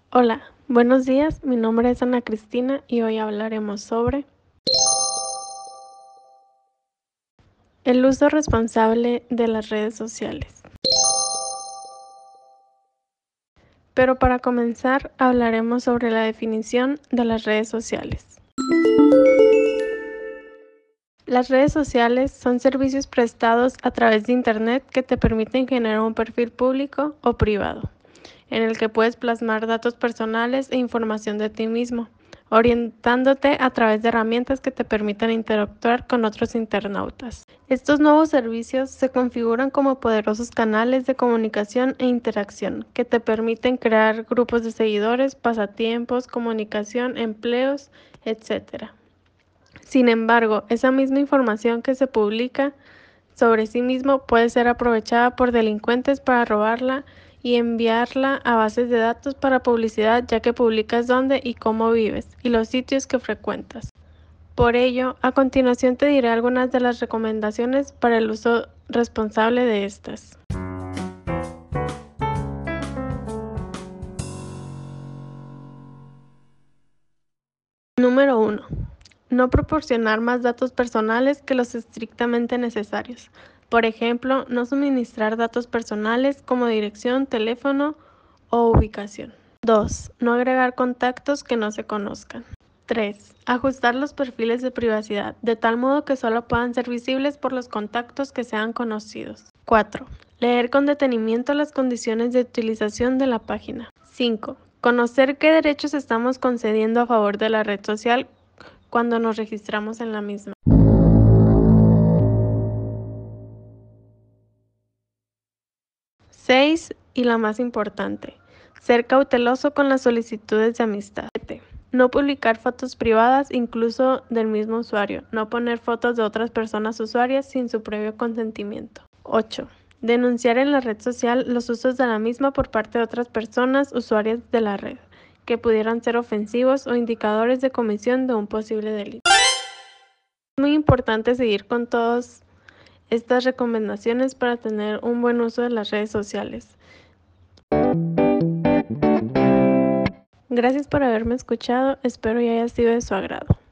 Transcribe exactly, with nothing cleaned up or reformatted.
Hola, buenos días, mi nombre es Ana Cristina y hoy hablaremos sobre el uso responsable de las redes sociales. Pero para comenzar, hablaremos sobre la definición de las redes sociales. Las redes sociales son servicios prestados a través de Internet que te permiten generar un perfil público o privado, en el que puedes plasmar datos personales e información de ti mismo, orientándote a través de herramientas que te permitan interactuar con otros internautas. Estos nuevos servicios se configuran como poderosos canales de comunicación e interacción que te permiten crear grupos de seguidores, pasatiempos, comunicación, empleos, etcétera. Sin embargo, esa misma información que se publica sobre sí mismo puede ser aprovechada por delincuentes para robarla y enviarla a bases de datos para publicidad, ya que publicas dónde y cómo vives y los sitios que frecuentas. Por ello, a continuación te diré algunas de las recomendaciones para el uso responsable de estas. Número uno. No proporcionar más datos personales que los estrictamente necesarios. Por ejemplo, no suministrar datos personales como dirección, teléfono o ubicación. dos. No agregar contactos que no se conozcan. tres. Ajustar los perfiles de privacidad, de tal modo que solo puedan ser visibles por los contactos que sean conocidos. cuatro. Leer con detenimiento las condiciones de utilización de la página. cinco. Conocer qué derechos estamos concediendo a favor de la red social cuando nos registramos en la misma. seis. Y la más importante, ser cauteloso con las solicitudes de amistad. siete. No publicar fotos privadas incluso del mismo usuario. No poner fotos de otras personas usuarias sin su previo consentimiento. ocho. Denunciar en la red social los usos de la misma por parte de otras personas usuarias de la red, que pudieran ser ofensivos o indicadores de comisión de un posible delito. Es muy importante seguir con todas estas recomendaciones para tener un buen uso de las redes sociales. Gracias por haberme escuchado, espero y haya sido de su agrado.